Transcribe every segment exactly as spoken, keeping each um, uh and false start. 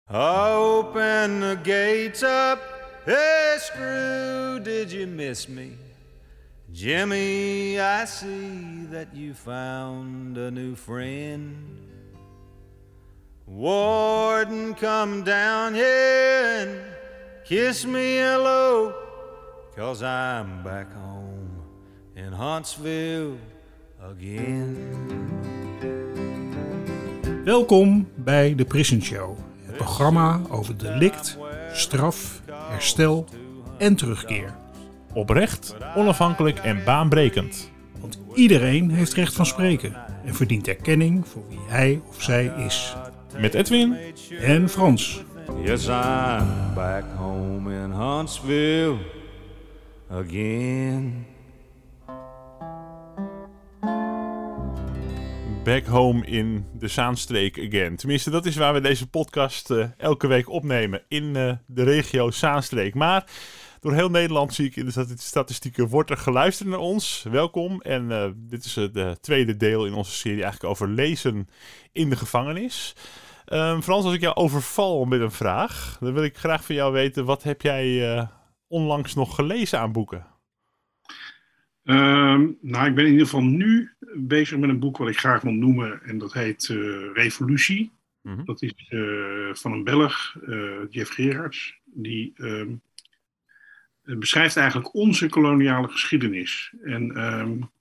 Open the gates up, hey Screw, did you miss me? Jimmy, I see that you found a new friend. Warden, come down here and kiss me hello, 'cause I'm back home in Huntsville again. Welkom bij de Prison Show, het programma over delict, straf, herstel en terugkeer. Oprecht, onafhankelijk en baanbrekend. Want iedereen heeft recht van spreken en verdient erkenning voor wie hij of zij is. Met Edwin en Frans. Yes, I'm back home in Huntsville again. Back home in de Zaanstreek again. Tenminste, dat is waar we deze podcast uh, elke week opnemen. In uh, de regio Zaanstreek. Maar door heel Nederland zie ik in de statistieken wordt er geluisterd naar ons. Welkom. En uh, dit is het uh, tweede deel in onze serie eigenlijk over lezen in de gevangenis. Um, Frans, als ik jou overval met een vraag, dan wil ik graag van jou weten, wat heb jij uh, onlangs nog gelezen aan boeken? Um, nou, ik ben in ieder geval nu bezig met een boek wat ik graag wil noemen. En dat heet uh, Revolutie. Mm-hmm. Dat is uh, van een Belg, uh, Jeff Gerards. Die um, beschrijft eigenlijk onze koloniale geschiedenis. En um,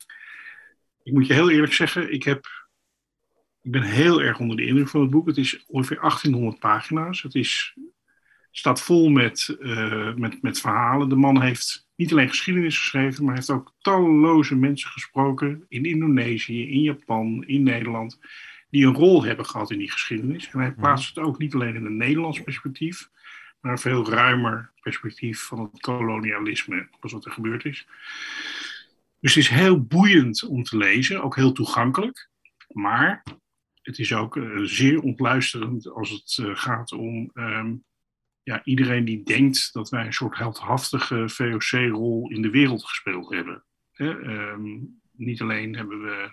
ik moet je heel eerlijk zeggen, ik, heb, ik ben heel erg onder de indruk van het boek. Het is ongeveer achttienhonderd pagina's. Het is, staat vol met, uh, met, met verhalen. De man heeft niet alleen geschiedenis geschreven, maar heeft ook talloze mensen gesproken in Indonesië, in Japan, in Nederland, die een rol hebben gehad in die geschiedenis. En hij plaatst het ook niet alleen in een Nederlands perspectief, maar een veel ruimer perspectief van het kolonialisme, als wat er gebeurd is. Dus het is heel boeiend om te lezen, ook heel toegankelijk, maar het is ook uh, zeer ontluisterend als het uh, gaat om Um, Ja, iedereen die denkt dat wij een soort heldhaftige V O C-rol in de wereld gespeeld hebben. Hè? Um, niet alleen hebben we,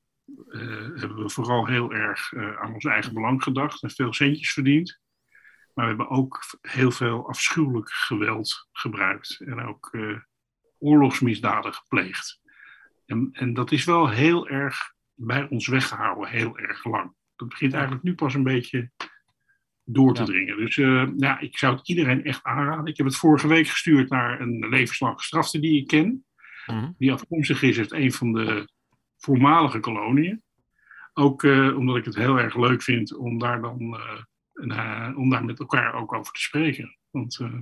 uh, hebben we vooral heel erg uh, aan ons eigen belang gedacht en veel centjes verdiend. Maar we hebben ook heel veel afschuwelijk geweld gebruikt en ook uh, oorlogsmisdaden gepleegd. En, en dat is wel heel erg bij ons weggehouden, heel erg lang. Dat begint eigenlijk nu pas een beetje door te ja. dringen. Dus uh, ja, ik zou het iedereen echt aanraden. Ik heb het vorige week gestuurd naar een levenslang gestrafte die ik ken. Mm-hmm. Die afkomstig is uit een van de voormalige koloniën. Ook uh, omdat ik het heel erg leuk vind om daar dan uh, uh, om daar met elkaar ook over te spreken. Want uh,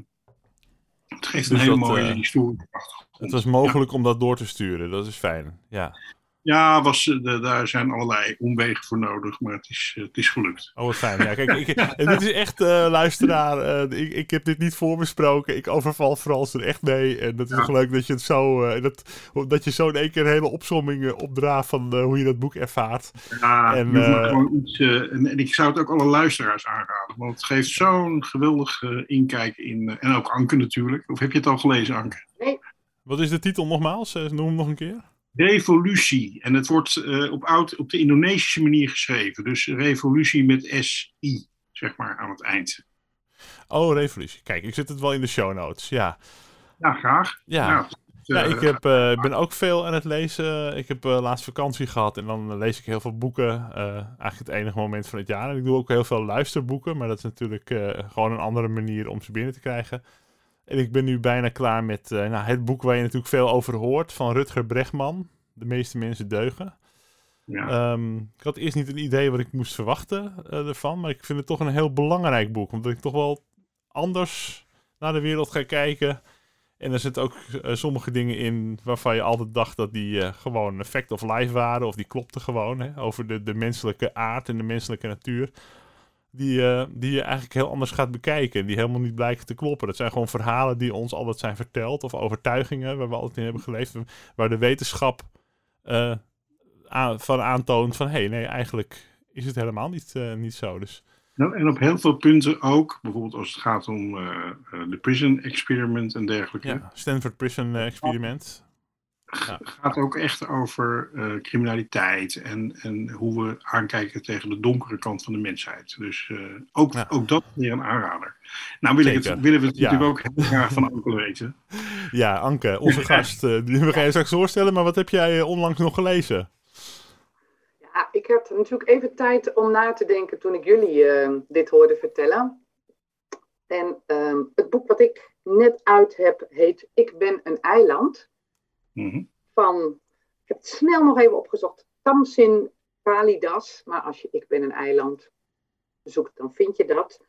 het geeft dus een hele dat, mooie uh, historie. Het was mogelijk ja. om dat door te sturen. Dat is fijn. Ja. Ja, was, de, daar zijn allerlei omwegen voor nodig, maar het is, het is gelukt. Oh, wat fijn. Ja, kijk, ik, en dit is echt, uh, luisteraar, uh, ik, ik heb dit niet voorbesproken. Ik overval Frans er echt mee. En dat is ja. leuk dat je het zo, uh, dat, dat je zo in één keer een hele opsomming uh, opdraagt van uh, hoe je dat boek ervaart. Ja, en, uh, gewoon iets, uh, en, en ik zou het ook alle luisteraars aanraden, want het geeft zo'n geweldig uh, inkijk in, uh, en ook Anke natuurlijk. Of heb je het al gelezen, Anke? Wat is de titel nogmaals? Uh, noem hem nog een keer. Revolutie. En het wordt uh, op, oud, op de Indonesische manier geschreven. Dus revolutie met S I, zeg maar, aan het eind. Oh, revolutie. Kijk, ik zet het wel in de show notes, ja. Ja, graag. Ja, ja, ja ik heb, uh, ben ook veel aan het lezen. Ik heb uh, laatst vakantie gehad en dan lees ik heel veel boeken. Uh, eigenlijk het enige moment van het jaar. En ik doe ook heel veel luisterboeken, maar dat is natuurlijk uh, gewoon een andere manier om ze binnen te krijgen. En ik ben nu bijna klaar met uh, nou, het boek waar je natuurlijk veel over hoort, van Rutger Bregman. De meeste mensen deugen. Ja. Um, ik had eerst niet een idee wat ik moest verwachten uh, ervan, maar ik vind het toch een heel belangrijk boek. Omdat ik toch wel anders naar de wereld ga kijken. En er zitten ook uh, sommige dingen in waarvan je altijd dacht dat die uh, gewoon een fact of life waren. Of die klopten gewoon, hè, over de, de menselijke aard en de menselijke natuur. Die, uh, die je eigenlijk heel anders gaat bekijken. En die helemaal niet blijken te kloppen. Dat zijn gewoon verhalen die ons altijd zijn verteld. Of overtuigingen waar we altijd in hebben geleefd. Waar de wetenschap uh, aan, van aantoont van... hé, hey, nee, eigenlijk is het helemaal niet, uh, niet zo. Dus... Nou, en op heel veel punten ook. Bijvoorbeeld als het gaat om uh, uh, de prison experiment en dergelijke. Ja, Stanford Prison Experiment. Ja. gaat ook echt over uh, criminaliteit en, en hoe we aankijken tegen de donkere kant van de mensheid. Dus uh, ook, ja. ook dat weer een aanrader. Nou wil ik het, willen we het ja. natuurlijk ook heel graag van Anke weten. Ja, Anke, onze gast, uh, die we gaan je straks voorstellen, maar wat heb jij uh, onlangs nog gelezen? Ja, ik had natuurlijk even tijd om na te denken toen ik jullie uh, dit hoorde vertellen. En uh, het boek wat ik net uit heb heet Ik ben een eiland. Mm-hmm. Van, ik heb het snel nog even opgezocht, Tamsin Kalidas. Maar als je Ik ben een eiland zoekt, dan vind je dat.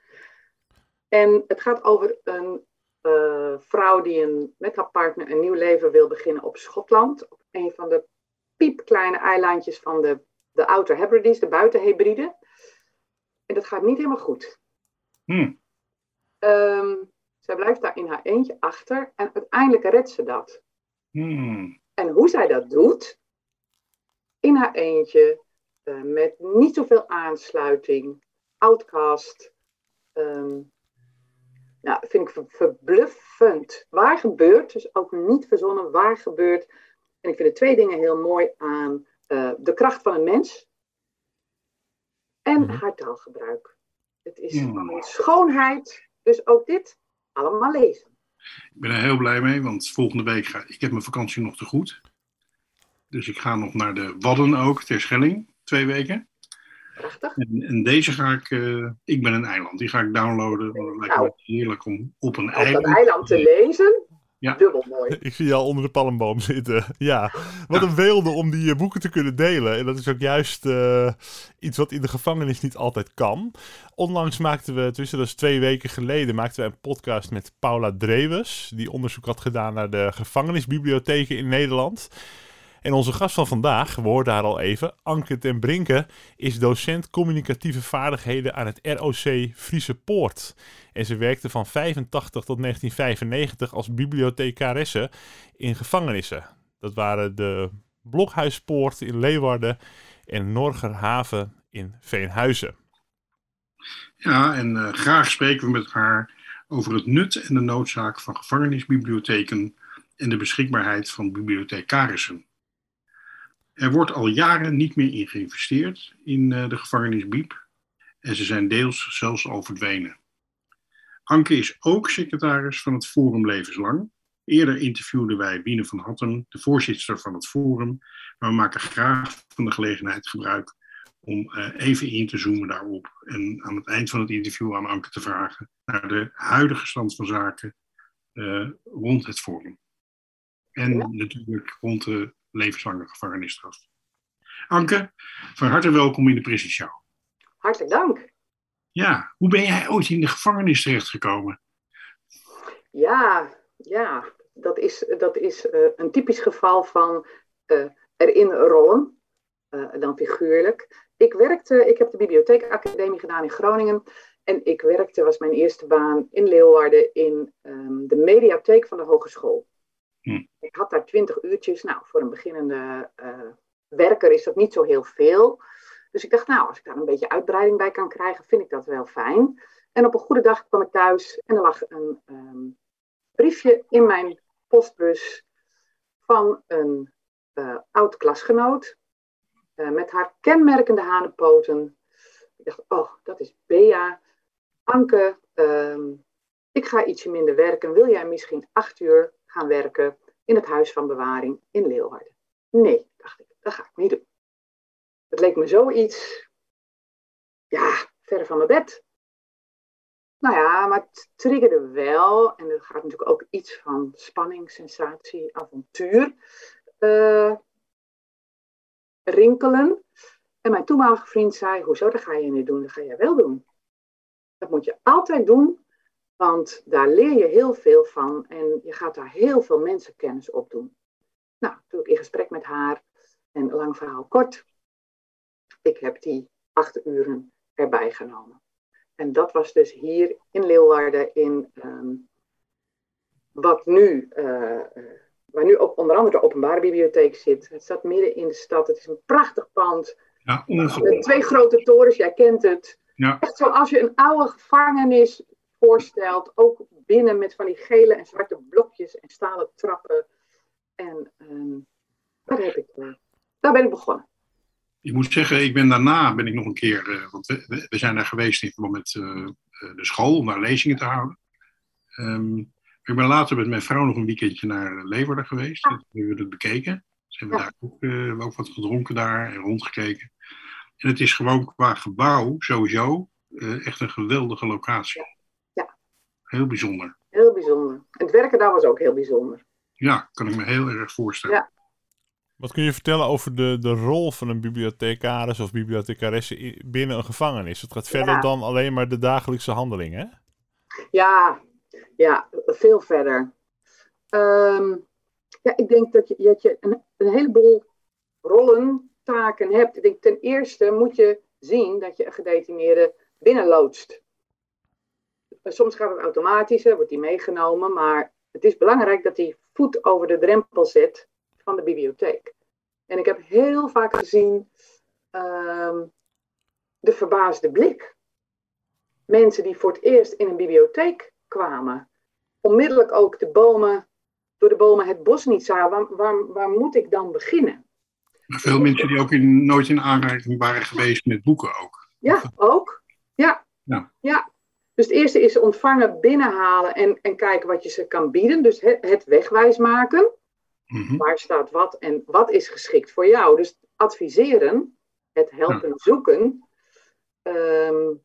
En het gaat over een uh, vrouw die een, met haar partner een nieuw leven wil beginnen op Schotland. Op een van de piepkleine eilandjes van de, de Outer Hebrides, de buitenhebriden. En dat gaat niet helemaal goed. Hmm. Um, zij blijft daar in haar eentje achter en uiteindelijk redt ze dat. Hmm. En hoe zij dat doet, in haar eentje, uh, met niet zoveel aansluiting, outcast, um, nou, vind ik ver- verbluffend. Waar gebeurt, dus ook niet verzonnen, waar gebeurt. En ik vind er twee dingen heel mooi aan uh, de kracht van een mens en hmm. haar taalgebruik. Het is hmm. van een schoonheid, dus ook dit allemaal lezen. Ik ben er heel blij mee, want volgende week ga ik heb mijn vakantie nog te goed. Dus ik ga nog naar de Wadden ook, Terschelling, twee weken. Prachtig. En, en deze ga ik, uh, Ik ben een eiland, die ga ik downloaden. Want het lijkt nou, me heerlijk om op een op eiland, dat eiland te lezen. Ja. Dubbel mooi. Ik zie je al onder de palmboom zitten. Ja, wat ja. een weelde om die uh, boeken te kunnen delen. En dat is ook juist uh, iets wat in de gevangenis niet altijd kan. Onlangs maakten we, tussen dat is twee weken geleden, maakten we een podcast met Paula Drewes, die onderzoek had gedaan naar de gevangenisbibliotheken in Nederland. En onze gast van vandaag, we hoorden haar al even, Anke ten Brinke, is docent communicatieve vaardigheden aan het R O C Friese Poort. En ze werkte van vijfentachtig tot negentien vijfennegentig als bibliothecaresse in gevangenissen. Dat waren de Blokhuispoort in Leeuwarden en Norgerhaven in Veenhuizen. Ja, en uh, graag spreken we met haar over het nut en de noodzaak van gevangenisbibliotheken en de beschikbaarheid van bibliothecarissen. Er wordt al jaren niet meer in geïnvesteerd in uh, de gevangenisbieb en ze zijn deels zelfs al verdwenen. Anke is ook secretaris van het Forum Levenslang. Eerder interviewden wij Wiene van Hattem, de voorzitter van het Forum, maar we maken graag van de gelegenheid gebruik om uh, even in te zoomen daarop en aan het eind van het interview aan Anke te vragen naar de huidige stand van zaken uh, rond het Forum. En ja. natuurlijk rond de levenslange gevangenisstraf. Anke, van harte welkom in de Prison Show. Hartelijk dank. Ja, hoe ben jij ooit in de gevangenis terechtgekomen? Ja, ja dat is, dat is uh, een typisch geval van uh, erin rollen, uh, dan figuurlijk. Ik werkte, ik heb de bibliotheekacademie gedaan in Groningen en ik werkte, was mijn eerste baan in Leeuwarden in um, de mediatheek van de hogeschool. Hm. Ik had daar twintig uurtjes. Nou, voor een beginnende uh, werker is dat niet zo heel veel. Dus ik dacht, nou, als ik daar een beetje uitbreiding bij kan krijgen, vind ik dat wel fijn. En op een goede dag kwam ik thuis en er lag een um, briefje in mijn postbus van een uh, oud klasgenoot uh, met haar kenmerkende hanenpoten. Ik dacht, oh, dat is Bea. Anke, um, ik ga ietsje minder werken. Wil jij misschien acht uur gaan werken in het huis van bewaring in Leeuwarden? Nee, dacht ik, dat ga ik niet doen. Het leek me zoiets, ja, ver van mijn bed. Nou ja, maar het triggerde wel. En er gaat natuurlijk ook iets van spanning, sensatie, avontuur uh, rinkelen. En mijn toenmalige vriend zei, hoezo, dat ga je niet doen, dat ga je wel doen. Dat moet je altijd doen. Want daar leer je heel veel van en je gaat daar heel veel mensenkennis op doen. Nou, toen ik in gesprek met haar en lang verhaal kort. Ik heb die acht uren erbij genomen. En dat was dus hier in Leeuwarden in um, wat nu, uh, uh, waar nu ook onder andere de openbare bibliotheek zit. Het staat midden in de stad. Het is een prachtig pand. Ja, met twee grote torens, jij kent het. Ja. Echt zoals je een oude gevangenis voorstelt, ook binnen met van die gele en zwarte blokjes en stalen trappen. En um, Daar, heb ik, uh, daar ben ik begonnen. Ik moet zeggen, ik ben daarna ben ik nog een keer, uh, want we, we zijn daar geweest in verband met uh, de school om daar lezingen te houden. Um, ik ben later met mijn vrouw nog een weekendje naar Leeuwarden geweest. Ah. Dat hebben we het bekeken. Dus hebben we ja. daar ook, uh, ook wat gedronken daar en rondgekeken. En het is gewoon qua gebouw sowieso uh, echt een geweldige locatie. Ja. Ja. Heel bijzonder. Heel bijzonder. En het werken daar was ook heel bijzonder. Ja, kan ik me heel erg voorstellen. Ja. Wat kun je vertellen over de, de rol van een bibliothecaris of bibliothecaresse binnen een gevangenis? Het gaat verder ja. dan alleen maar de dagelijkse handelingen, hè? Ja, ja, veel verder. Um, ja, ik denk dat je, dat je een, een heleboel rollen, taken hebt. Ik denk ten eerste moet je zien dat je een gedetineerde binnenloodst. Soms gaat het automatisch, wordt die meegenomen, maar het is belangrijk dat hij voet over de drempel zet van de bibliotheek. En ik heb heel vaak gezien um, de verbaasde blik. Mensen die voor het eerst in een bibliotheek kwamen. Onmiddellijk ook de bomen, door de bomen het bos niet zagen. Waar, waar, waar moet ik dan beginnen? Maar veel mensen die ook in, nooit in aanraking waren geweest met boeken ook. Ja, ook. Ja. Ja. ja. Dus het eerste is ontvangen, binnenhalen en, en kijken wat je ze kan bieden. Dus het, het wegwijs maken. Mm-hmm. Waar staat wat en wat is geschikt voor jou? Dus adviseren, het helpen ja. zoeken. Um,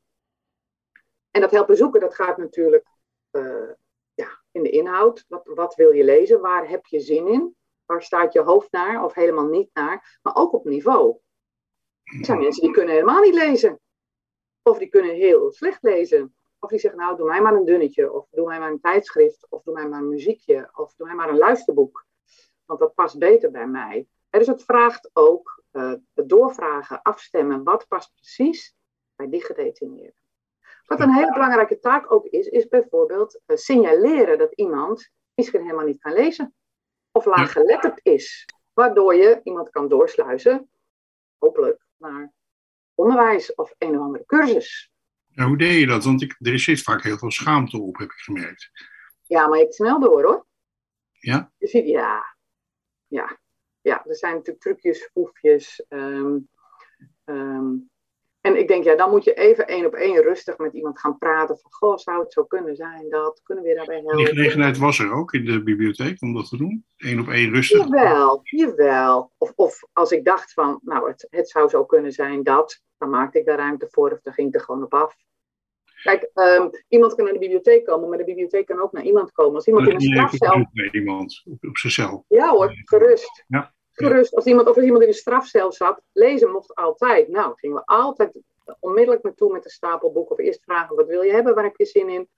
en dat helpen zoeken, dat gaat natuurlijk uh, ja, in de inhoud. Wat, wat wil je lezen? Waar heb je zin in? Waar staat je hoofd naar of helemaal niet naar? Maar ook op niveau. Er zijn mensen die kunnen helemaal niet lezen. Of die kunnen heel slecht lezen. Of die zeggen, nou, doe mij maar een dunnetje. Of doe mij maar een tijdschrift. Of doe mij maar een muziekje. Of doe mij maar een luisterboek. Want dat past beter bij mij. En dus het vraagt ook uh, het doorvragen, afstemmen. Wat past precies bij die gedetineerde? Wat een hele belangrijke taak ook is, is bijvoorbeeld uh, signaleren dat iemand misschien helemaal niet kan lezen. Of laaggeletterd is. Waardoor je iemand kan doorsluizen, hopelijk, naar onderwijs of een of andere cursus. Ja, hoe deed je dat? Want ik, er zit vaak heel veel schaamte op, heb ik gemerkt. Ja, maar je hebt snel door, hoor. Ja? Je ziet, ja. Ja. Ja, er zijn natuurlijk trucjes, foefjes. Um, um, en ik denk, ja, dan moet je even één op één rustig met iemand gaan praten. Van, goh, zou het zo kunnen zijn dat? Kunnen we je daarbij helpen? Die gelegenheid was er ook in de bibliotheek om dat te doen? Eén op één rustig? Jawel, jawel. Of, of als ik dacht van, nou, het, het zou zo kunnen zijn dat, dan maakte ik daar ruimte voor of dan ging ik er gewoon op af. Kijk, um, iemand kan naar de bibliotheek komen, maar de bibliotheek kan ook naar iemand komen. Als iemand in een strafcel... Nee, iemand op, op zichzelf. Ja hoor, gerust. Ja. Gerust. Als iemand, of als iemand in een strafcel zat, lezen mocht altijd. Nou, gingen we altijd onmiddellijk naartoe met een stapel boeken. Of eerst vragen, wat wil je hebben? Waar heb je zin in?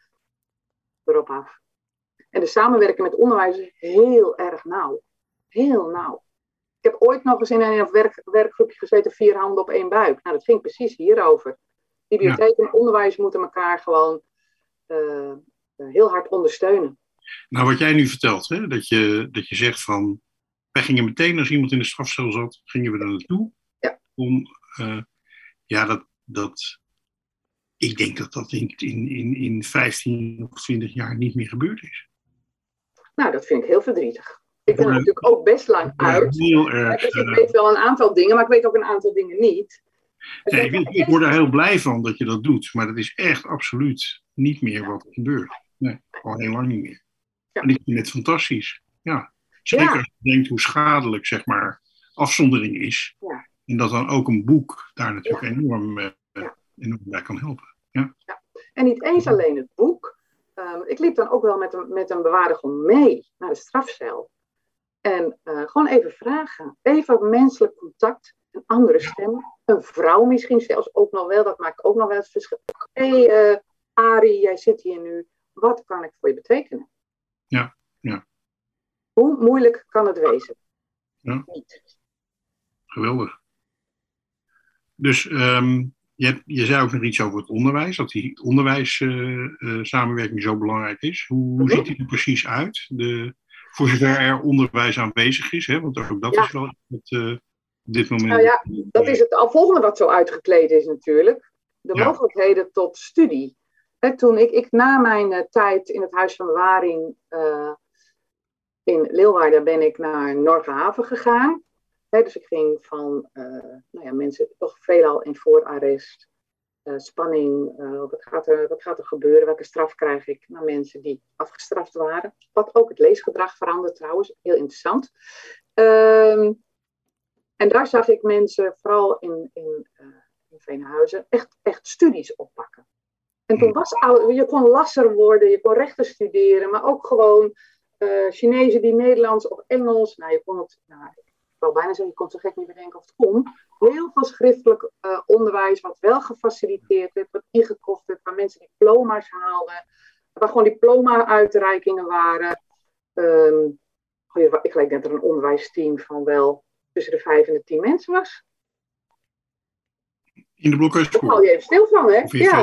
Erop af. En de samenwerking met onderwijs is heel erg nauw. Heel nauw. Ik heb ooit nog eens in een werk, werkgroepje gezeten, vier handen op één buik. Nou, dat ging precies hierover. Bibliotheek ja. en onderwijs moeten elkaar gewoon uh, heel hard ondersteunen. Nou, wat jij nu vertelt, hè, dat, je, dat je zegt van... Wij gingen meteen, als iemand in de strafcel zat, gingen we er naartoe. Ja. Om, uh, ja, dat, dat... Ik denk dat dat in, in, in vijftien of twintig jaar niet meer gebeurd is. Nou, dat vind ik heel verdrietig. Ik ben er natuurlijk ook best lang uit. Heel erg, dus ik weet wel een aantal dingen, maar ik weet ook een aantal dingen niet. Nee, ik, ik, ik word er heel blij van dat je dat doet. Maar dat is echt absoluut niet meer wat er gebeurt. Nee, al heel lang niet meer. Ja. En ik vind het fantastisch. Ja. Zeker ja. als je denkt hoe schadelijk, zeg maar, afzondering is. Ja. En dat dan ook een boek daar natuurlijk ja. enorm, uh, ja. enorm bij kan helpen. Ja. Ja. En niet eens alleen het boek. Um, ik liep dan ook wel met een, met een bewaarder mee naar de strafcel. En uh, gewoon even vragen. Even menselijk contact. Een andere stem. Een vrouw misschien zelfs ook nog wel. Dat maakt ook nog wel het verschil. Hé, hey, uh, Arie, jij zit hier nu. Wat kan ik voor je betekenen? Ja, ja. Hoe moeilijk kan het wezen? Ja. Niet. Geweldig. Dus um, je, je zei ook nog iets over het onderwijs. Dat die onderwijssamenwerking uh, uh, zo belangrijk is. Hoe, hoe mm-hmm. ziet die er precies uit? De, voor zover er onderwijs aanwezig is. Hè? Want ook dat ja. is wel het, uh, op dit moment... Nou ja, dat is het al volgende wat zo uitgekleed is natuurlijk. De ja. mogelijkheden tot studie. He, toen ik, ik na mijn uh, tijd in het Huis van Bewaring uh, in Leeuwarden ben ik naar Norgerhaven gegaan. Hè, dus ik ging van uh, nou ja, mensen toch veelal in voorarrest, uh, spanning, uh, wat, gaat er, wat gaat er gebeuren, welke straf krijg ik, naar mensen die afgestraft waren. Wat ook het leesgedrag verandert trouwens, heel interessant. Um, en daar zag ik mensen, vooral in, in, uh, in Veenhuizen, echt, echt studies oppakken. En toen was al, je kon lasser worden, je kon rechten studeren, maar ook gewoon uh, Chinezen die Nederlands of Engels, nou je kon het, nou, ik wil bijna zeggen, je kon het zo gek niet bedenken of het kon. Heel veel schriftelijk uh, onderwijs, wat wel gefaciliteerd werd, wat ingekocht werd, waar mensen diploma's haalden, waar gewoon diploma-uitreikingen waren. Um, ik gelijk net dat er een onderwijsteam van wel tussen de vijf en de tien mensen was. In de Blokhuisschool. Daar hou je even stil van, hè? Ja.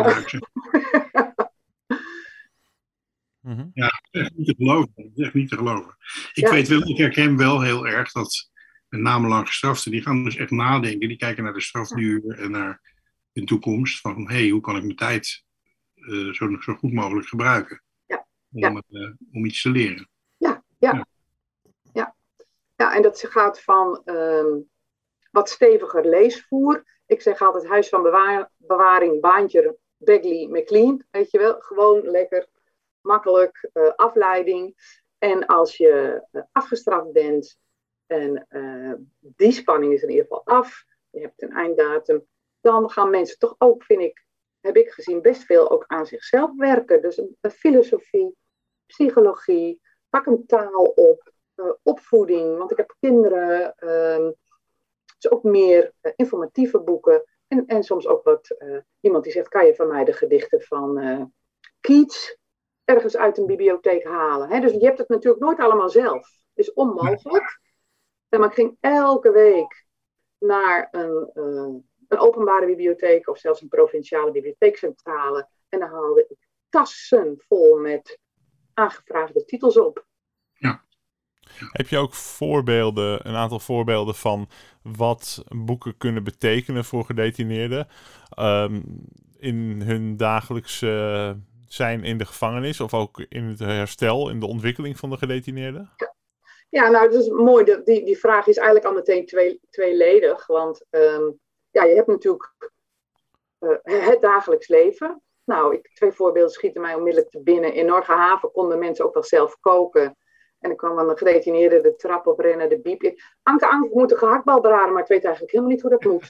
mm-hmm. Ja, dat is echt niet te geloven. Dat is echt niet te geloven. Ik Ja. weet wel, ik herken wel heel erg dat met name lang gestraften, die gaan dus echt nadenken. Die kijken naar de strafduur en naar hun toekomst. Van, hé, hey, hoe kan ik mijn tijd uh, zo, zo goed mogelijk gebruiken? Ja. Om, Ja. uh, om iets te leren. Ja, ja. Ja. Ja, ja en dat gaat van um, wat steviger leesvoer. Ik zeg altijd huis van bewaar, bewaring, baantje, Bagley, McLean. Weet je wel, gewoon lekker, makkelijk, uh, afleiding. En als je uh, afgestraft bent en uh, die spanning is in ieder geval af, je hebt een einddatum, dan gaan mensen toch ook, vind ik, heb ik gezien, best veel ook aan zichzelf werken. Dus een, een filosofie, psychologie, pak een taal op, uh, opvoeding, want ik heb kinderen, uh, dus ook meer uh, informatieve boeken en, en soms ook wat, uh, iemand die zegt, kan je van mij de gedichten van uh, Keats ergens uit een bibliotheek halen. Hè? Dus je hebt het natuurlijk nooit allemaal zelf. Het is onmogelijk. En maar ik ging elke week naar een, uh, een openbare bibliotheek of zelfs een provinciale bibliotheekcentrale en dan haalde ik tassen vol met aangevraagde titels op. Ja. Heb je ook voorbeelden, een aantal voorbeelden van wat boeken kunnen betekenen voor gedetineerden um, in hun dagelijkse uh, zijn in de gevangenis of ook in het herstel, in de ontwikkeling van de gedetineerden? Ja, nou, dat is mooi. Die, die vraag is eigenlijk al meteen twee, tweeledig. Want um, ja, je hebt natuurlijk uh, het dagelijks leven. Nou, ik, twee voorbeelden schieten mij onmiddellijk te binnen. In Norgerhaven konden mensen ook wel zelf koken. En dan kwam dan een gedetineerde de trap op rennen, de biep. Ik, Anke, Anke, ik moet een gehaktbal braden, maar ik weet eigenlijk helemaal niet hoe dat moet.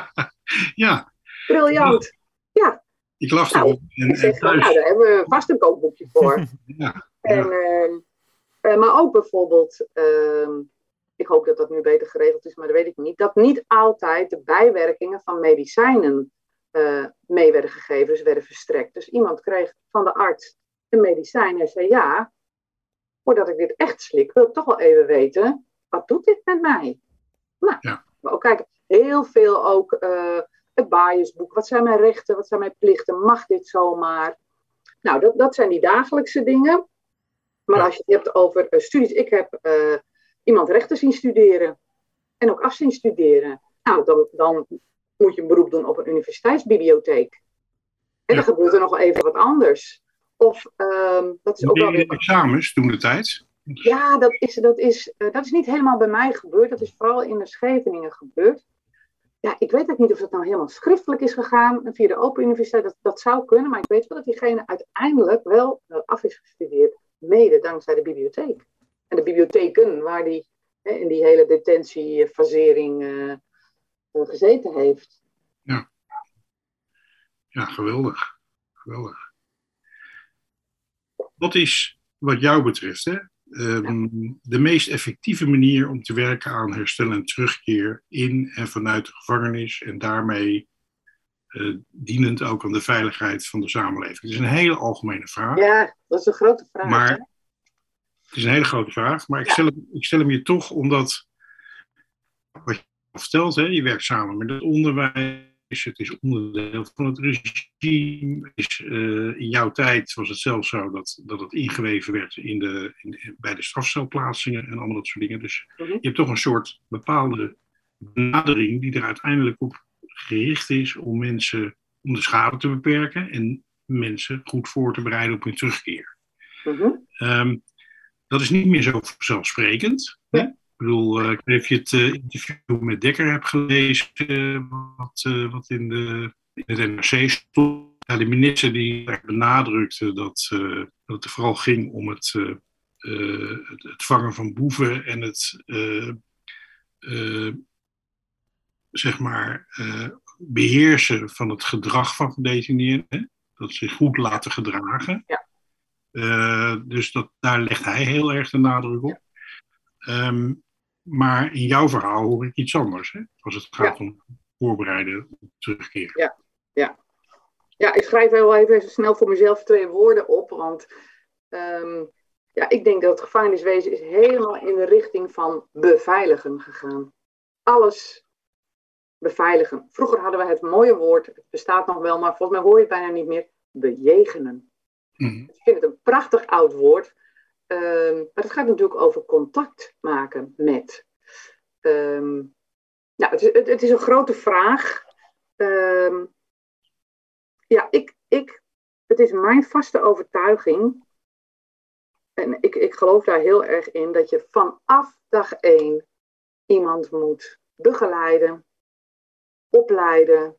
Ja. Briljant. Ja. Ik lag nou, erop. En, ik zeg, en nou, daar hebben we vast een kookboekje voor. Ja. En, Ja. uh, uh, maar ook bijvoorbeeld, uh, ik hoop dat dat nu beter geregeld is, maar dat weet ik niet, dat niet altijd de bijwerkingen van medicijnen uh, mee werden gegeven, dus werden verstrekt. Dus iemand kreeg van de arts een medicijn en zei, ja, voordat ik dit echt slik, wil ik toch wel even weten, wat doet dit met mij? Nou, ja. Maar ook kijken, heel veel ook uh, het biasboek, wat zijn mijn rechten, wat zijn mijn plichten, mag dit zomaar? Nou, dat, dat zijn die dagelijkse dingen. Maar ja. Als je het hebt over uh, studies, ik heb uh, iemand rechten zien studeren en ook af zien studeren. Nou, dan, dan moet je een beroep doen op een universiteitsbibliotheek. En ja. Dan gebeurt er nog wel even wat anders. Of, um, dat is ook wel weer... examens toen de tijd? Ja, dat is, dat, is, uh, dat is niet helemaal bij mij gebeurd. Dat is vooral in de Scheveningen gebeurd. Ja, ik weet ook niet of dat nou helemaal schriftelijk is gegaan via de Open Universiteit. Dat, dat zou kunnen, maar ik weet wel dat diegene uiteindelijk wel uh, af is gestudeerd. Mede dankzij de bibliotheek. En de bibliotheken waar die hè, in die hele detentiefasering uh, uh, gezeten heeft. Ja. Ja, geweldig. Geweldig. Wat is, wat jou betreft, hè, um, ja. de meest effectieve manier om te werken aan herstel en terugkeer in en vanuit de gevangenis en daarmee uh, dienend ook aan de veiligheid van de samenleving? Het is een hele algemene vraag. Ja, dat is een grote vraag. Maar, hè? het is een hele grote vraag, maar ik, ja. stel, ik stel hem je toch omdat, wat je vertelt, hè, je werkt samen met het onderwijs. Het is onderdeel van het regime. Is, uh, in jouw tijd was het zelfs zo dat, dat het ingeweven werd in de, in de, bij de strafcelplaatsingen en allemaal dat soort dingen. Dus mm-hmm. je hebt toch een soort bepaalde benadering die er uiteindelijk op gericht is om mensen, om de schade te beperken en mensen goed voor te bereiden op hun terugkeer. Mm-hmm. Um, dat is niet meer zo vanzelfsprekend. Hè? bedoel, uh, ik weet niet of je het uh, interview met Dekker hebt gelezen, uh, wat, uh, wat in, de, in het N R C stond. Ja, de minister die benadrukte dat, uh, dat het er vooral ging om het, uh, uh, het, het vangen van boeven en het uh, uh, zeg maar uh, beheersen van het gedrag van gedetineerden. Dat ze zich goed laten gedragen. Ja. Uh, dus dat, daar legt hij heel erg de nadruk op. Ja. Um, maar in jouw verhaal hoor ik iets anders, hè? Als het gaat ja. om voorbereiden op terugkeer. Ja, ja. Ja, ik schrijf heel even snel voor mezelf twee woorden op, want um, ja, ik denk dat het gevangeniswezen is helemaal in de richting van beveiligen gegaan. Alles beveiligen. Vroeger hadden we het mooie woord, het bestaat nog wel, maar volgens mij hoor je het bijna niet meer, bejegenen. Mm-hmm. Ik vind het een prachtig oud woord, um, maar het gaat natuurlijk over contact maken met. Um, nou, het, is, het, het is een grote vraag. Um, Ja, ik, ik, het is mijn vaste overtuiging, en ik, ik geloof daar heel erg in, dat je vanaf dag één iemand moet begeleiden, opleiden,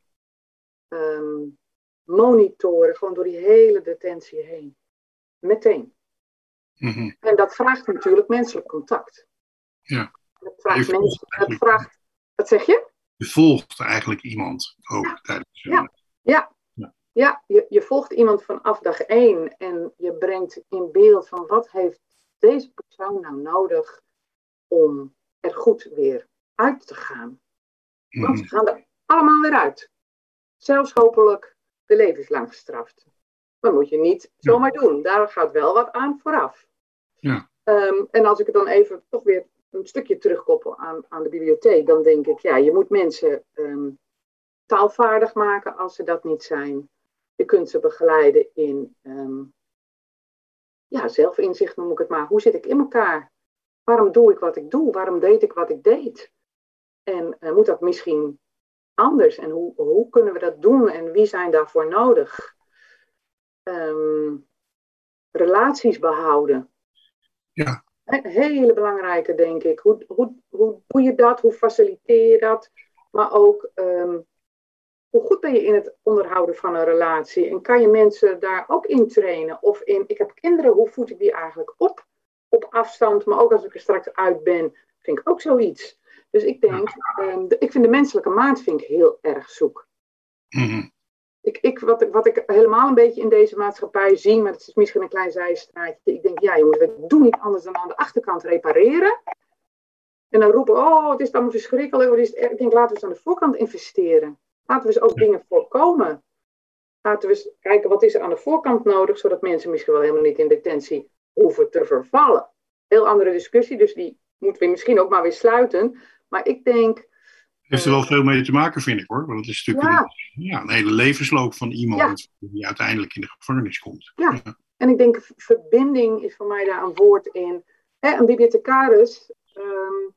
um, monitoren, gewoon door die hele detentie heen. Meteen. Mm-hmm. En dat vraagt natuurlijk menselijk contact. Ja. Dat vraagt mensen, dat vraagt, wat zeg je? Je volgt eigenlijk iemand ook ja. tijdens... Ja, ja. Ja, je, je volgt iemand vanaf dag één en je brengt in beeld van wat heeft deze persoon nou nodig om er goed weer uit te gaan. Mm-hmm. Want ze gaan er allemaal weer uit. Zelfs hopelijk de levenslang gestraft. Dat moet je niet ja. zomaar doen. Daar gaat wel wat aan vooraf. Ja. Um, en als ik het dan even toch weer een stukje terugkoppel aan, aan de bibliotheek, dan denk ik, ja, je moet mensen um, taalvaardig maken als ze dat niet zijn. Je kunt ze begeleiden in um, ja, zelfinzicht, noem ik het maar. Hoe zit ik in elkaar? Waarom doe ik wat ik doe? Waarom deed ik wat ik deed? En uh, moet dat misschien anders? En hoe, hoe kunnen we dat doen? En wie zijn daarvoor nodig? Um, relaties behouden. Ja. Een hele belangrijke, denk ik. Hoe, hoe, hoe doe je dat? Hoe faciliteer je dat? Maar ook... Um, Hoe goed ben je in het onderhouden van een relatie? En kan je mensen daar ook in trainen? Of in, ik heb kinderen, hoe voed ik die eigenlijk op? Op afstand, maar ook als ik er straks uit ben, vind ik ook zoiets. Dus ik denk, um, de, ik vind de menselijke maat vind ik heel erg zoek. Mm-hmm. Ik, ik, wat, wat ik helemaal een beetje in deze maatschappij zie, maar het is misschien een klein zijstraatje. Ik denk, ja jongens, we doen niet anders dan aan de achterkant repareren. En dan roepen, oh, het is allemaal verschrikkelijk. Wat is het? Ik denk, laten we eens aan de voorkant investeren. Laten we eens ook dingen voorkomen. Laten we eens kijken wat is er aan de voorkant nodig, zodat mensen misschien wel helemaal niet in detentie hoeven te vervallen. Heel andere discussie, dus die moeten we misschien ook maar weer sluiten. Maar ik denk... Heeft er wel veel mee te maken, vind ik hoor. Want het is natuurlijk ja. Een, ja, een hele levensloop van iemand ja. die uiteindelijk in de gevangenis komt. Ja, ja. En ik denk verbinding is voor mij daar een woord in. Hè, een bibliothecaris um,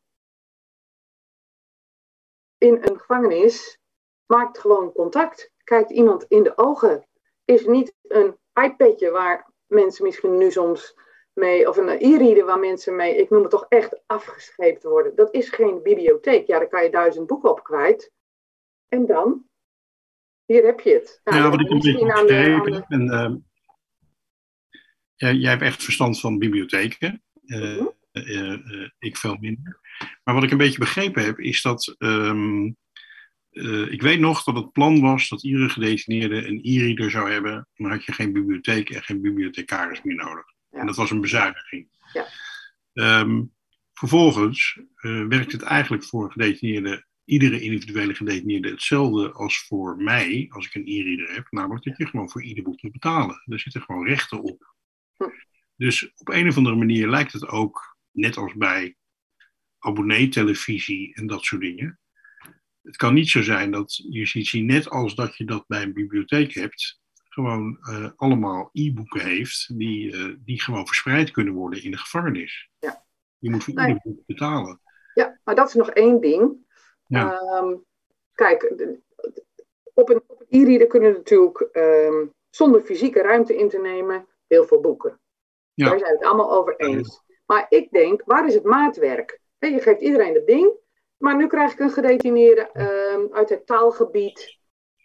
in een gevangenis... maakt gewoon contact. Kijkt iemand in de ogen. Is niet een iPadje waar mensen misschien nu soms mee, of een e-reader waar mensen mee, ik noem het toch echt afgescheept worden. Dat is geen bibliotheek. Ja, daar kan je duizend boeken op kwijt. En dan? Hier heb je het. Nou, ja, wat ik een beetje begrepen. En, uh, jij, jij hebt echt verstand van bibliotheken. Uh, uh-huh. uh, uh, ik veel minder. Maar wat ik een beetje begrepen heb, is dat... Um, Uh, ik weet nog dat het plan was dat iedere gedetineerde een e-reader zou hebben. Dan had je geen bibliotheek en geen bibliothecaris meer nodig. Ja. En dat was een bezuiniging. Ja. Um, vervolgens uh, werkt het eigenlijk voor gedetineerden, iedere individuele gedetineerde hetzelfde als voor mij, als ik een e-reader heb. Namelijk dat je gewoon voor ieder boek moet betalen. Er zitten gewoon rechten op. Hm. Dus op een of andere manier lijkt het ook, net als bij abonnee-televisie en dat soort dingen. Het kan niet zo zijn dat justitie, net als dat je dat bij een bibliotheek hebt, gewoon uh, allemaal e-boeken heeft die, uh, die gewoon verspreid kunnen worden in de gevangenis. Ja. Je moet voor nee. ieder boek betalen. Ja, maar dat is nog één ding. Ja. Um, kijk, op een, op een e-reader kunnen natuurlijk um, zonder fysieke ruimte in te nemen heel veel boeken. Ja. Daar zijn we het allemaal over eens. Ja. Maar ik denk, waar is het maatwerk? He, je geeft iedereen dat ding. Maar nu krijg ik een gedetineerde um, uit het taalgebied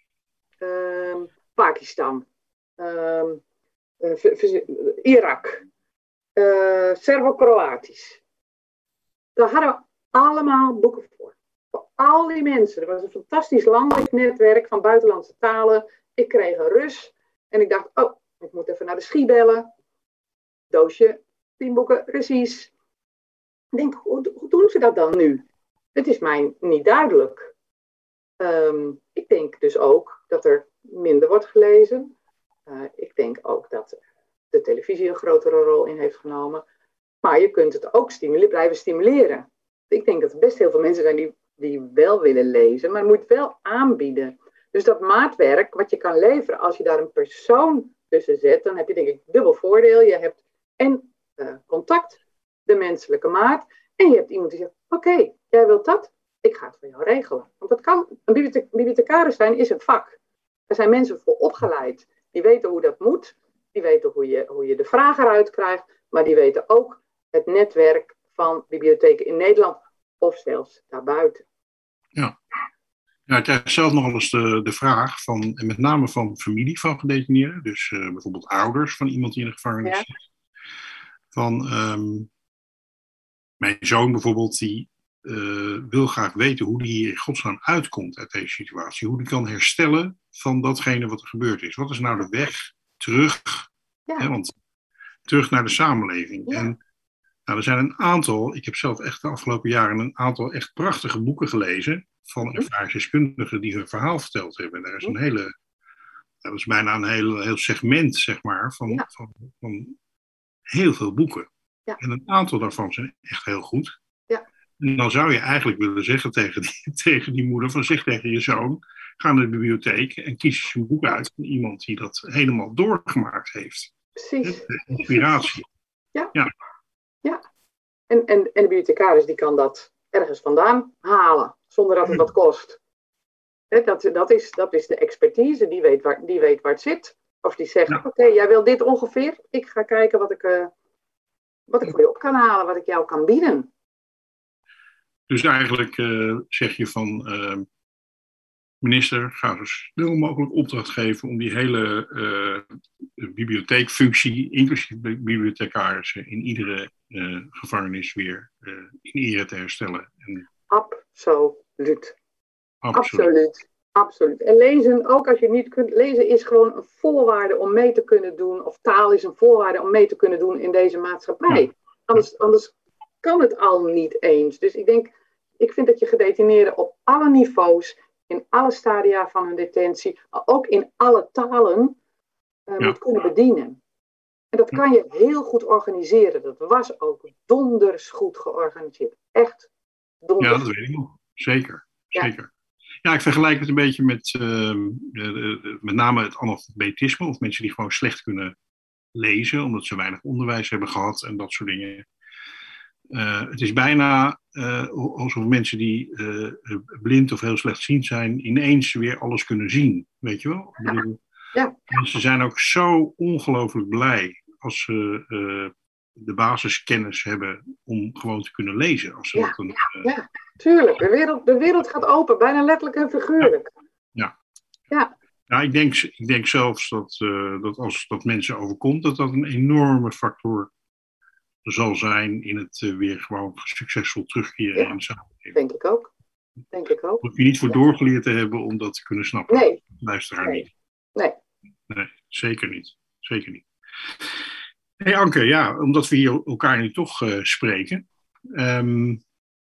um, Pakistan, um, uh, Irak, uh, Servo-Kroatisch. Daar hadden we allemaal boeken voor. Voor al die mensen. Er was een fantastisch landelijk netwerk van buitenlandse talen. Ik kreeg een rus. En ik dacht, oh, ik moet even naar de schie bellen. Doosje, tien boeken Russisch. Ik denk, hoe, hoe doen ze dat dan nu? Het is mij niet duidelijk. Um, ik denk dus ook dat er minder wordt gelezen. Uh, ik denk ook dat de televisie een grotere rol in heeft genomen. Maar je kunt het ook stimuleren, blijven stimuleren. Ik denk dat er best heel veel mensen zijn die, die wel willen lezen, maar je moet wel aanbieden. Dus dat maatwerk wat je kan leveren, als je daar een persoon tussen zet, dan heb je denk ik dubbel voordeel. Je hebt en uh, contact, de menselijke maat, en je hebt iemand die zegt, oké, okay, jij wilt dat? Ik ga het voor jou regelen. Want dat kan, een bibliotheca- bibliothecaris zijn is een vak. Er zijn mensen voor opgeleid. Die weten hoe dat moet. Die weten hoe je, hoe je de vraag eruit krijgt. Maar die weten ook het netwerk van bibliotheken in Nederland. Of zelfs daarbuiten. Ja. Ja, ik krijg zelf nog wel eens de, de vraag van, en met name van familie van gedetineerden. Dus uh, bijvoorbeeld ouders van iemand die in de gevangenis zit. Ja. Van um, mijn zoon bijvoorbeeld, die uh, wil graag weten hoe die hier in godsnaam uitkomt uit deze situatie. Hoe die kan herstellen van datgene wat er gebeurd is. Wat is nou de weg terug? Ja. Hè, want terug naar de samenleving. Ja. En nou, er zijn een aantal, ik heb zelf echt de afgelopen jaren een aantal echt prachtige boeken gelezen van ervaringsdeskundigen die hun verhaal verteld hebben. En er is een hele, dat is bijna een heel, heel segment, zeg maar, van, ja. van, van heel veel boeken. Ja. En een aantal daarvan zijn echt heel goed. Ja. En dan zou je eigenlijk willen zeggen tegen die, tegen die moeder, van zeg tegen je zoon, ga naar de bibliotheek en kies eens een boek uit van iemand die dat helemaal doorgemaakt heeft. Precies. De inspiratie. Ja. Ja. Ja. En, en, en de bibliothecaris die kan dat ergens vandaan halen, zonder dat het wat kost. He, dat, dat, is, dat is de expertise, die weet waar, die weet waar het zit. Of die zegt, ja. oké, okay, jij wil dit ongeveer. Ik ga kijken wat ik, uh, wat ik voor je op kan halen, wat ik jou kan bieden. Dus eigenlijk uh, zeg je van, uh, minister, ga zo snel mogelijk opdracht geven om die hele uh, bibliotheekfunctie, inclusief bibliothecarissen, in iedere uh, gevangenis weer uh, in ere te herstellen. En... Absoluut. Absoluut. Absoluut. Absoluut. En lezen, ook als je niet kunt lezen, is gewoon een voorwaarde om mee te kunnen doen. Of taal is een voorwaarde om mee te kunnen doen in deze maatschappij. Ja. Anders, anders kan het al niet eens. Dus ik denk, ik vind dat je gedetineerden op alle niveaus, in alle stadia van hun detentie, ook in alle talen, uh, ja. moet kunnen bedienen. En dat kan je heel goed organiseren. Dat was ook donders goed georganiseerd. Echt donders. Ja, dat weet ik nog. Zeker. Ja. Zeker. Ja, ik vergelijk het een beetje met uh, de, de, met name het analfabetisme. Of mensen die gewoon slecht kunnen lezen, omdat ze weinig onderwijs hebben gehad en dat soort dingen. Uh, het is bijna uh, alsof mensen die uh, blind of heel slechtziend zijn, ineens weer alles kunnen zien. Weet je wel? Ja. Bedoel, ja. Mensen zijn ook zo ongelooflijk blij als ze uh, de basiskennis hebben om gewoon te kunnen lezen. Als ze ja. dat een, uh, ja, tuurlijk. De wereld, de wereld gaat open, bijna letterlijk en figuurlijk. Ja. Ja. Ja, ik denk, ik denk zelfs dat, uh, dat als dat mensen overkomt, dat dat een enorme factor zal zijn in het uh, weer gewoon succesvol terugkeren ja, in de samenleving. Denk ik ook. Denk ik ook. Hoef je niet voor ja. doorgeleerd te hebben om dat te kunnen snappen. Nee. Luisteraar nee. niet. Nee. Nee, zeker niet. Zeker niet. Hé hey Anke, ja, omdat we hier elkaar nu toch uh, spreken. Um,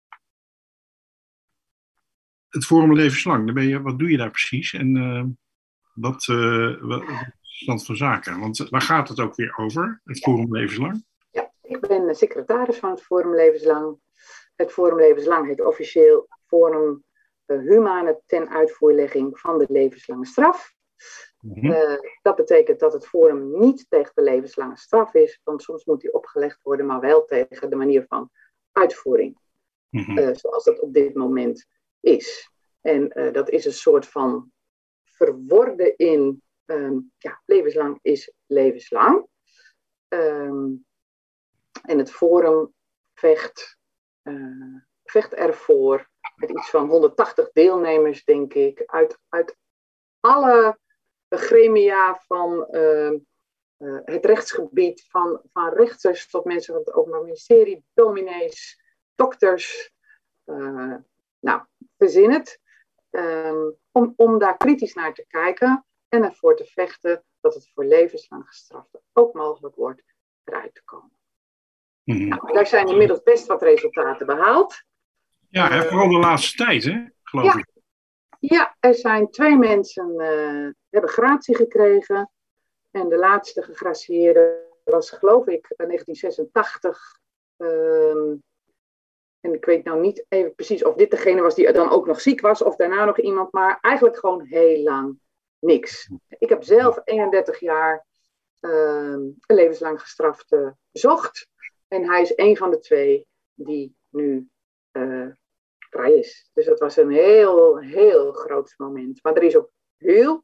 het Forum Levenslang, dan ben je, wat doe je daar precies? En uh, wat, uh, wat is de stand van zaken? Want waar gaat het ook weer over, het ja. Forum Levenslang? Ja, ik ben secretaris van het Forum Levenslang. Het Forum Levenslang heet officieel Forum uh, Humane ten uitvoerlegging van de levenslange straf. Mm-hmm. Uh, dat betekent dat het Forum niet tegen de levenslange straf is, want soms moet die opgelegd worden, maar wel tegen de manier van uitvoering. Mm-hmm. Uh, zoals dat op dit moment is. En uh, dat is een soort van verworden in, um, ja, levenslang is levenslang. Um, en het Forum vecht uh, vecht ervoor. Met iets van honderdtachtig deelnemers, denk ik. Uit, uit alle gremia van uh, uh, het rechtsgebied. Van, van rechters tot mensen van het Openbaar Ministerie. Dominees, dokters. Uh, nou, verzin het. Um, om, om daar kritisch naar te kijken. En ervoor te vechten dat het voor levenslang gestraften ook mogelijk wordt eruit te komen. Mm-hmm. Nou, daar zijn inmiddels best wat resultaten behaald. Ja, uh, vooral de laatste tijd, hè, geloof ja, ik. Ja, er zijn twee mensen uh, hebben gratie gekregen. En de laatste gegracieerde was, geloof ik, in negentien zesentachtig. Um, en ik weet nou niet even precies of dit degene was die dan ook nog ziek was. Of daarna nog iemand, maar eigenlijk gewoon heel lang niks. Ik heb zelf eenendertig jaar uh, een levenslang gestrafte bezocht. En hij is een van de twee die nu uh, vrij is. Dus dat was een heel, heel groot moment. Maar er is ook heel,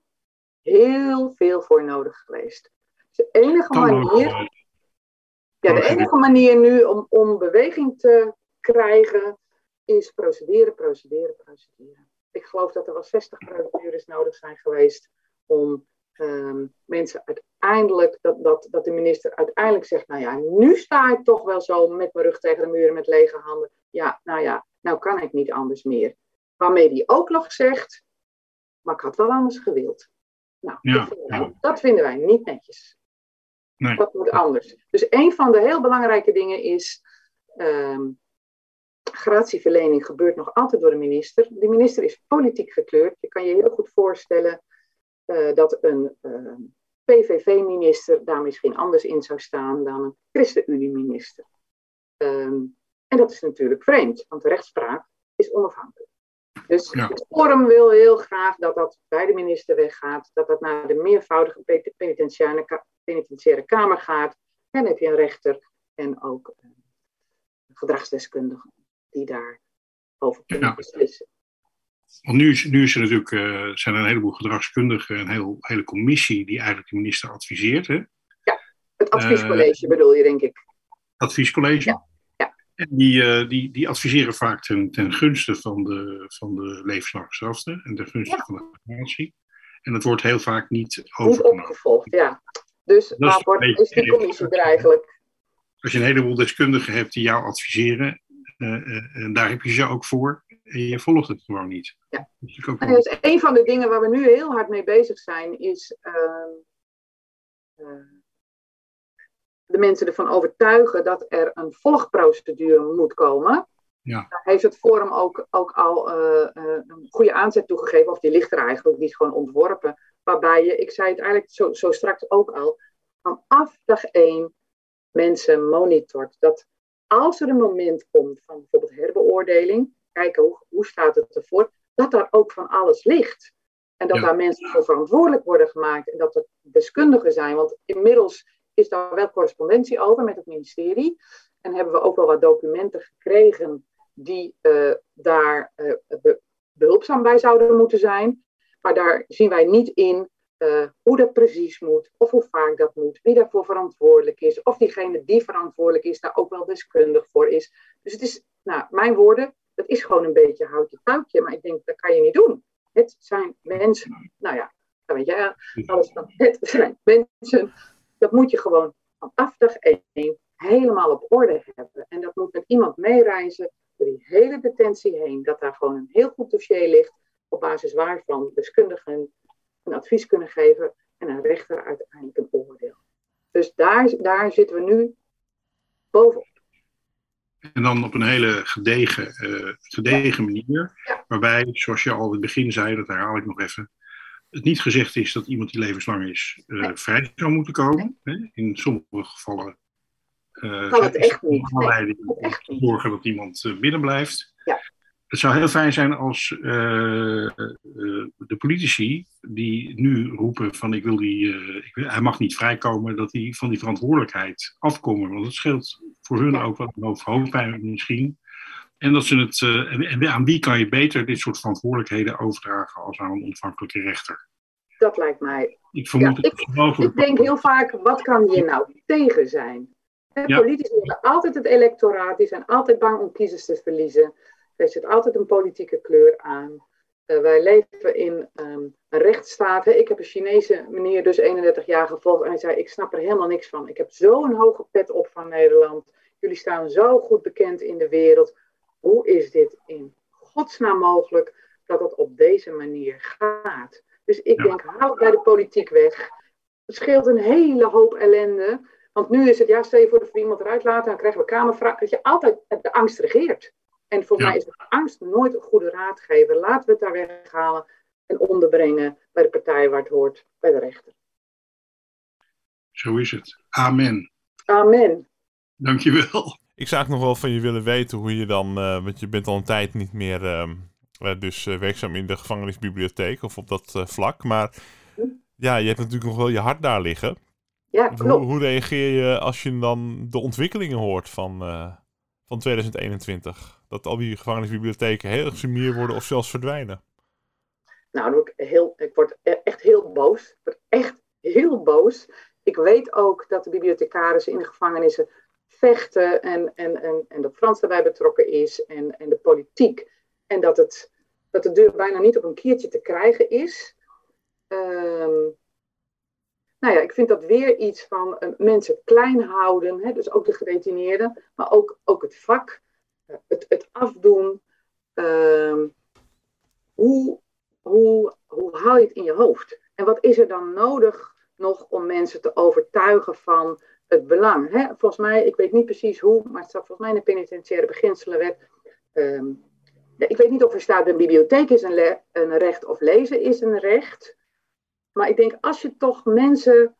heel veel voor nodig geweest. Dus de enige manier, ja, de enige manier nu om, om beweging te krijgen is procederen, procederen, procederen. Ik geloof dat er wel zestig procedures nodig zijn geweest om um, mensen uiteindelijk, dat, dat, dat de minister uiteindelijk zegt, nou ja, nu sta ik toch wel zo met mijn rug tegen de muur met lege handen. Ja, nou ja, nou kan ik niet anders meer. Waarmee die ook nog zegt, maar ik had wel anders gewild. Nou, ja, dat, vinden wij, ja. dat vinden wij niet netjes. Nee. Dat moet anders. Dus een van de heel belangrijke dingen is, um, gratieverlening gebeurt nog altijd door de minister. De minister is politiek gekleurd. Je kan je heel goed voorstellen uh, dat een uh, P V V-minister daar misschien anders in zou staan dan een ChristenUnie-minister. Um, en dat is natuurlijk vreemd, want de rechtspraak is onafhankelijk. Dus ja. Het Forum wil heel graag dat dat bij de minister weggaat, dat dat naar de meervoudige penitentiaire, penitentiaire kamer gaat. En dan heb je een rechter en ook uh, gedragsdeskundigen die daar over kunnen ja. beslissen. Want nu, is, nu is er natuurlijk, uh, zijn er een heleboel gedragskundigen, een heel, hele commissie die eigenlijk de minister adviseert. Hè? Ja, het adviescollege uh, bedoel je, denk ik. Adviescollege? Ja. ja. En die, uh, die, die adviseren vaak ten, ten gunste van de, van de levenslang gestrafte en ten gunste ja. van de generatie. En dat wordt heel vaak niet overgenomen. Niet opgevolgd, ja. Dus waar wordt, is die commissie er eigenlijk? Als je een heleboel deskundigen hebt die jou adviseren, uh, uh, en daar heb je ze ook voor, en je volgt het gewoon niet. Ja. Dat ook en dus een van de dingen waar we nu heel hard mee bezig zijn, is uh, uh, de mensen ervan overtuigen dat er een volgprocedure moet komen. Ja. Daar heeft het Forum ook, ook al uh, uh, een goede aanzet toegegeven, of die ligt er eigenlijk, die is gewoon ontworpen, waarbij je, ik zei het eigenlijk zo, zo straks ook al, vanaf dag één mensen monitort. Dat als er een moment komt van bijvoorbeeld herbeoordeling, kijken hoe, hoe staat het ervoor, dat daar ook van alles ligt. En dat ja. daar mensen voor verantwoordelijk worden gemaakt en dat er deskundigen zijn. Want inmiddels is daar wel correspondentie over met het ministerie. En hebben we ook wel wat documenten gekregen die uh, daar uh, be- behulpzaam bij zouden moeten zijn. Maar daar zien wij niet in uh, hoe dat precies moet, of hoe vaak dat moet, wie daarvoor verantwoordelijk is, of diegene die verantwoordelijk is daar ook wel deskundig voor is. Dus het is, nou, mijn woorden, dat is gewoon een beetje houtje touwtje, maar ik denk, dat kan je niet doen. Het zijn mensen, nou ja, dan weet je alles van, het zijn mensen, dat moet je gewoon vanaf dag één helemaal op orde hebben. En dat moet met iemand meereizen door die hele detentie heen, dat daar gewoon een heel goed dossier ligt, op basis waarvan deskundigen een advies kunnen geven en een rechter uiteindelijk een oordeel. Dus daar, daar zitten we nu bovenop. En dan op een hele gedegen, uh, gedegen ja. manier, ja. waarbij, zoals je al in het begin zei, dat herhaal ik nog even, het niet gezegd is dat iemand die levenslang is uh, nee. vrij zou moeten komen. Nee. Hè? In sommige gevallen uh, kan het echt niet. Nee, om te zorgen dat iemand uh, binnen blijft. Ja. Het zou heel fijn zijn als uh, uh, de politici die nu roepen van ik wil die, uh, ik wil, hij mag niet vrijkomen, dat die van die verantwoordelijkheid afkomen. Want het scheelt voor hun ja. ook wel een hoofd hoofdpijn misschien. En, dat ze het, uh, en, en aan wie kan je beter dit soort verantwoordelijkheden overdragen als aan een onafhankelijke rechter? Dat lijkt mij. Ik vermoed ja, het ik, ik denk heel vaak, wat kan hier nou tegen zijn? He, Ja. Politici hebben altijd het electoraat, die zijn altijd bang om kiezers te verliezen. Er zit altijd een politieke kleur aan. Uh, wij leven in um, een rechtsstaat. He, ik heb een Chinese meneer dus eenendertig jaar gevolgd en hij zei, ik snap er helemaal niks van. Ik heb zo'n hoge pet op van Nederland. Jullie staan zo goed bekend in de wereld. Hoe is dit in godsnaam mogelijk dat het op deze manier gaat? Dus ik Ja. denk, houd bij de politiek weg. Het scheelt een hele hoop ellende. Want nu is het, ja, stel je voor dat we iemand eruit laten, dan krijgen we kamervragen. Dat je altijd, de angst regeert. En volgens Ja. mij is de angst nooit een goede raadgever. Laten we het daar weghalen en onderbrengen bij de partij waar het hoort, bij de rechter. Zo is het. Amen. Amen. Dankjewel. Ik zou eigenlijk nog wel van je willen weten hoe je dan, uh, want je bent al een tijd niet meer uh, uh, dus uh, werkzaam in de gevangenisbibliotheek of op dat uh, vlak. Maar Hm? ja, je hebt natuurlijk nog wel je hart daar liggen. Ja, Hoe, klopt. hoe reageer je als je dan de ontwikkelingen hoort van, uh, van tweeduizend eenentwintig? Dat al die gevangenisbibliotheken heel erg sumier worden of zelfs verdwijnen? Nou, dan word ik, heel, ik word echt heel boos. Ik word echt heel boos. Ik weet ook dat de bibliothecarissen in de gevangenissen vechten en, en, en, en dat Frans daarbij betrokken is en, en de politiek. En dat, het, dat de deur bijna niet op een kiertje te krijgen is. Um, nou ja, ik vind dat weer iets van uh, mensen klein houden. Hè, dus ook de gedetineerden, maar ook, ook het vak, uh, het, het afdoen. Um, hoe, hoe, hoe haal je het in je hoofd? En wat is er dan nodig nog om mensen te overtuigen van het belang? Hè? Volgens mij, ik weet niet precies hoe, maar het staat volgens mij in de penitentiaire beginselenwet. Um, ik weet niet of er staat, een bibliotheek is een, le- een recht of lezen is een recht. Maar ik denk, als je toch mensen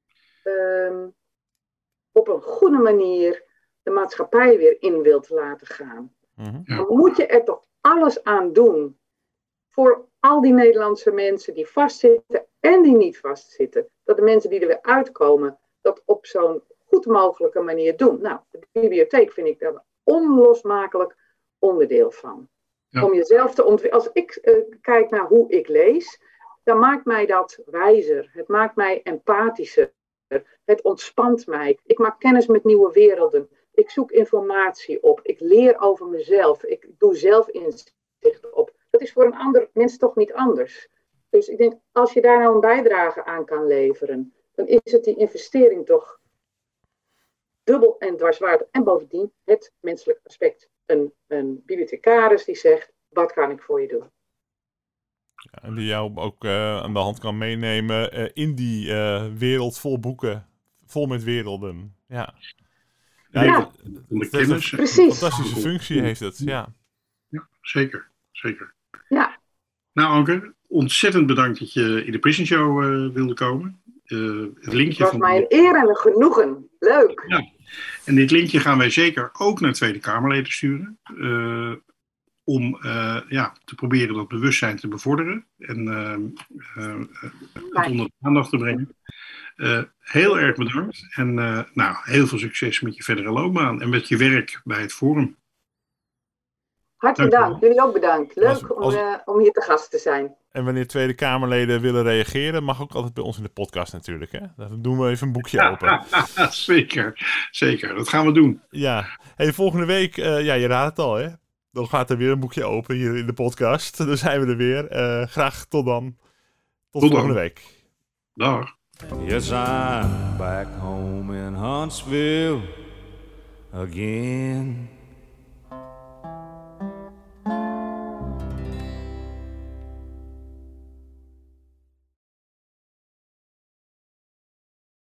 um, op een goede manier de maatschappij weer in wilt laten gaan, Mm-hmm. Ja. dan moet je er toch alles aan doen voor al die Nederlandse mensen die vastzitten en die niet vastzitten. Dat de mensen die er weer uitkomen, dat op zo'n goed mogelijke manier doen. Nou, de bibliotheek vind ik daar een onlosmakelijk onderdeel van. Ja. Om jezelf te ontwikkelen. Als ik uh, kijk naar hoe ik lees, dan maakt mij dat wijzer. Het maakt mij empathischer. Het ontspant mij. Ik maak kennis met nieuwe werelden. Ik zoek informatie op. Ik leer over mezelf. Ik doe zelfinzicht op. Dat is voor een ander mens toch niet anders. Dus ik denk, als je daar nou een bijdrage aan kan leveren, dan is het die investering toch dubbel en dwarswaardig. En bovendien het menselijk aspect. Een, een bibliothecaris die zegt, wat kan ik voor je doen? Ja, en die jou ook uh, aan de hand kan meenemen uh, in die uh, wereld vol boeken. Vol met werelden. Ja. Ja, Ja. Het, het, het heeft een Precies. fantastische functie heeft het, ja. Ja, zeker. Zeker. Ja. Nou, Anke, ontzettend bedankt dat je in de Prison Show uh, wilde komen. Uh, het linkje Het was van... mij een eer en een genoegen. Leuk. Ja. En dit linkje gaan wij zeker ook naar Tweede Kamerleden sturen. Uh, om uh, ja, te proberen dat bewustzijn te bevorderen. En uh, uh, het onder de aandacht te brengen. Uh, heel erg bedankt. En uh, nou, heel veel succes met je verdere loopbaan. En met je werk bij het Forum. Hartelijk dank. Jullie ook bedankt. Leuk als, als... Om, uh, om hier te gast te zijn. En wanneer Tweede Kamerleden willen reageren, mag ook altijd bij ons in de podcast natuurlijk. Hè? Dan doen we even een boekje ja, open. zeker, zeker. Dat gaan we doen. Ja. Hey, volgende week, uh, ja, je raadt het al, hè? Dan gaat er weer een boekje open hier in de podcast. Dan zijn we er weer. Uh, graag tot dan. Tot, tot volgende dan. week. Dag. Yes, I'm back home in Huntsville again.